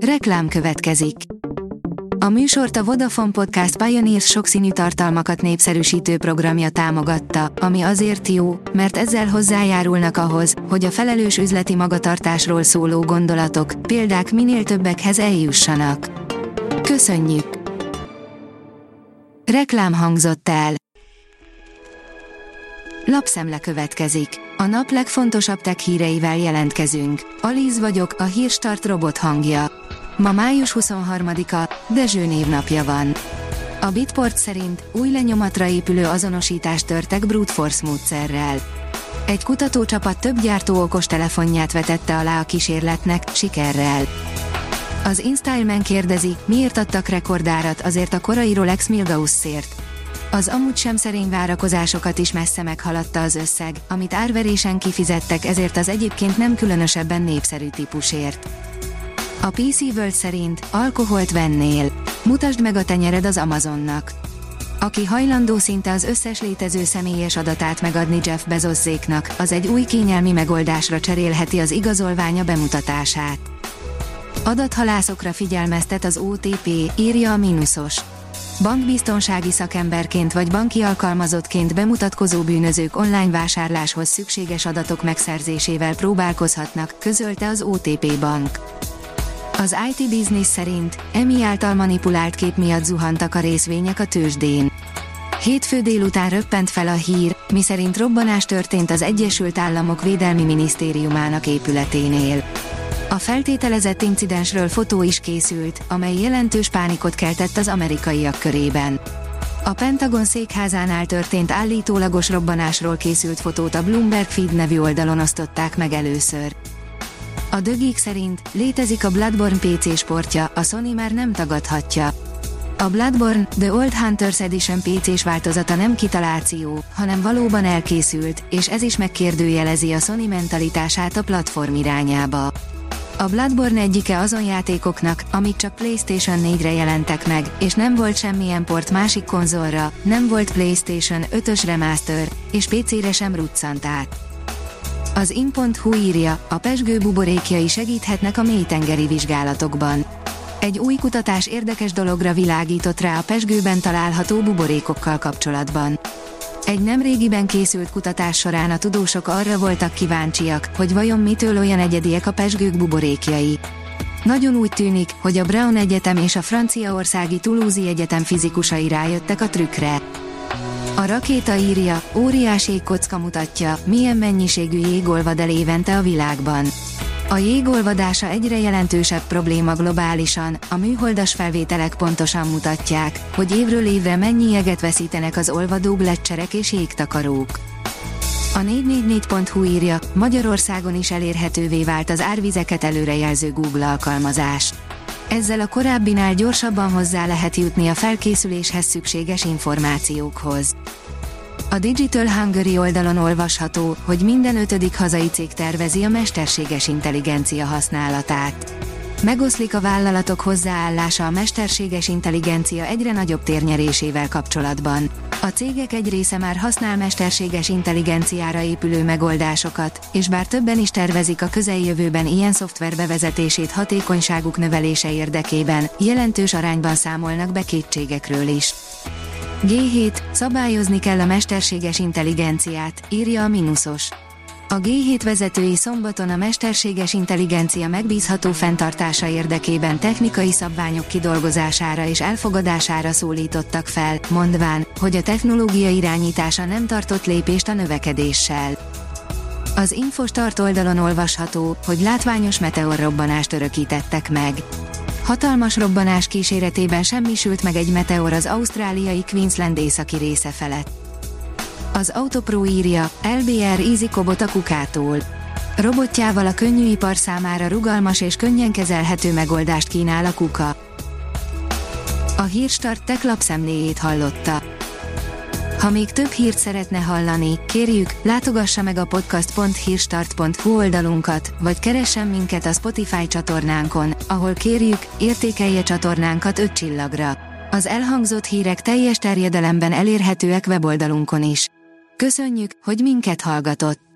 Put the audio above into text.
Reklám következik. A műsort a Vodafone Podcast Pioneers sokszínű tartalmakat népszerűsítő programja támogatta, ami azért jó, mert ezzel hozzájárulnak ahhoz, hogy a felelős üzleti magatartásról szóló gondolatok, példák minél többekhez eljussanak. Köszönjük! Reklám hangzott el. Lapszemle következik. A nap legfontosabb tech híreivel jelentkezünk. Alíz vagyok, a Hírstart robot hangja. Ma május 23-a, Dezső névnapja van. A Bitport szerint új lenyomatra épülő azonosítást törtek brute force módszerrel. Egy kutatócsapat több gyártó okostelefonját vetette alá a kísérletnek, sikerrel. Az InStyleman kérdezi, miért adtak rekordárat azért a korai Rolex Milgauss-ért. Az amúgy sem szerény várakozásokat is messze meghaladta az összeg, amit árverésen kifizettek ezért az egyébként nem különösebben népszerű típusért. A PC World szerint alkoholt vennél. Mutasd meg a tenyered az Amazonnak. Aki hajlandó szinte az összes létező személyes adatát megadni Jeff Bezosszéknak, az egy új kényelmi megoldásra cserélheti az igazolványa bemutatását. Adathalászokra figyelmeztet az OTP, írja a Minusos. Bankbiztonsági szakemberként vagy banki alkalmazottként bemutatkozó bűnözők online vásárláshoz szükséges adatok megszerzésével próbálkozhatnak, közölte az OTP Bank. Az IT Business szerint EMI által manipulált kép miatt zuhantak a részvények a tőzsdén. Hétfő délután röppent fel a hír, miszerint robbanás történt az Egyesült Államok Védelmi Minisztériumának épületénél. A feltételezett incidensről fotó is készült, amely jelentős pánikot keltett az amerikaiak körében. A Pentagon székházánál történt állítólagos robbanásról készült fotót a Bloomberg Feed nevű oldalon osztották meg először. A The Geek szerint létezik a Bloodborne PC sportja, a Sony már nem tagadhatja. A Bloodborne The Old Hunters Edition PC-s változata nem kitaláció, hanem valóban elkészült, és ez is megkérdőjelezi a Sony mentalitását a platform irányába. A Bloodborne egyike azon játékoknak, amik csak PlayStation 4-re jelentek meg, és nem volt semmilyen port másik konzolra, nem volt PlayStation 5-ös remaster, és PC-re sem ruccant át. Az in.hu írja, a pezsgő buborékjai segíthetnek a mélytengeri vizsgálatokban. Egy új kutatás érdekes dologra világított rá a pezsgőben található buborékokkal kapcsolatban. Egy nemrégiben készült kutatás során a tudósok arra voltak kíváncsiak, hogy vajon mitől olyan egyediek a pezsgők buborékjai. Nagyon úgy tűnik, hogy a Brown Egyetem és a franciaországi Toulouse-i Egyetem fizikusai rájöttek a trükkre. A Rakéta írja, óriási jégkocka mutatja, milyen mennyiségű jég olvad el évente a világban. A jég olvadása egyre jelentősebb probléma globálisan, a műholdas felvételek pontosan mutatják, hogy évről évre mennyi jeget veszítenek az olvadó gleccserek és jégtakarók. A 444.hu írja, Magyarországon is elérhetővé vált az árvizeket előrejelző Google alkalmazás. Ezzel a korábbinál gyorsabban hozzá lehet jutni a felkészüléshez szükséges információkhoz. A Digital Hungary oldalon olvasható, hogy minden 5. hazai cég tervezi a mesterséges intelligencia használatát. Megoszlik a vállalatok hozzáállása a mesterséges intelligencia egyre nagyobb térnyerésével kapcsolatban. A cégek egy része már használ mesterséges intelligenciára épülő megoldásokat, és bár többen is tervezik a közeljövőben ilyen szoftver bevezetését hatékonyságuk növelése érdekében, jelentős arányban számolnak be kétségekről is. G7, szabályozni kell a mesterséges intelligenciát, írja a Minusos. A G7 vezetői szombaton a mesterséges intelligencia megbízható fenntartása érdekében technikai szabványok kidolgozására és elfogadására szólítottak fel, mondván, hogy a technológia irányítása nem tartott lépést a növekedéssel. Az Infostart oldalon olvasható, hogy látványos meteorrobbanást örökítettek meg. Hatalmas robbanás kíséretében semmisült meg egy meteor az ausztráliai Queensland északi része felett. Az Autopro írja, LBR EasyCobot a Kukától. Robotjával a könnyűipar számára rugalmas és könnyen kezelhető megoldást kínál a Kuka. A Hírstart tech lapszemléjét hallotta. Ha még több hírt szeretne hallani, kérjük, látogassa meg a podcast.hírstart.hu oldalunkat, vagy keressen minket a Spotify csatornánkon, ahol kérjük, értékelje csatornánkat 5 csillagra. Az elhangzott hírek teljes terjedelemben elérhetőek weboldalunkon is. Köszönjük, hogy minket hallgatott!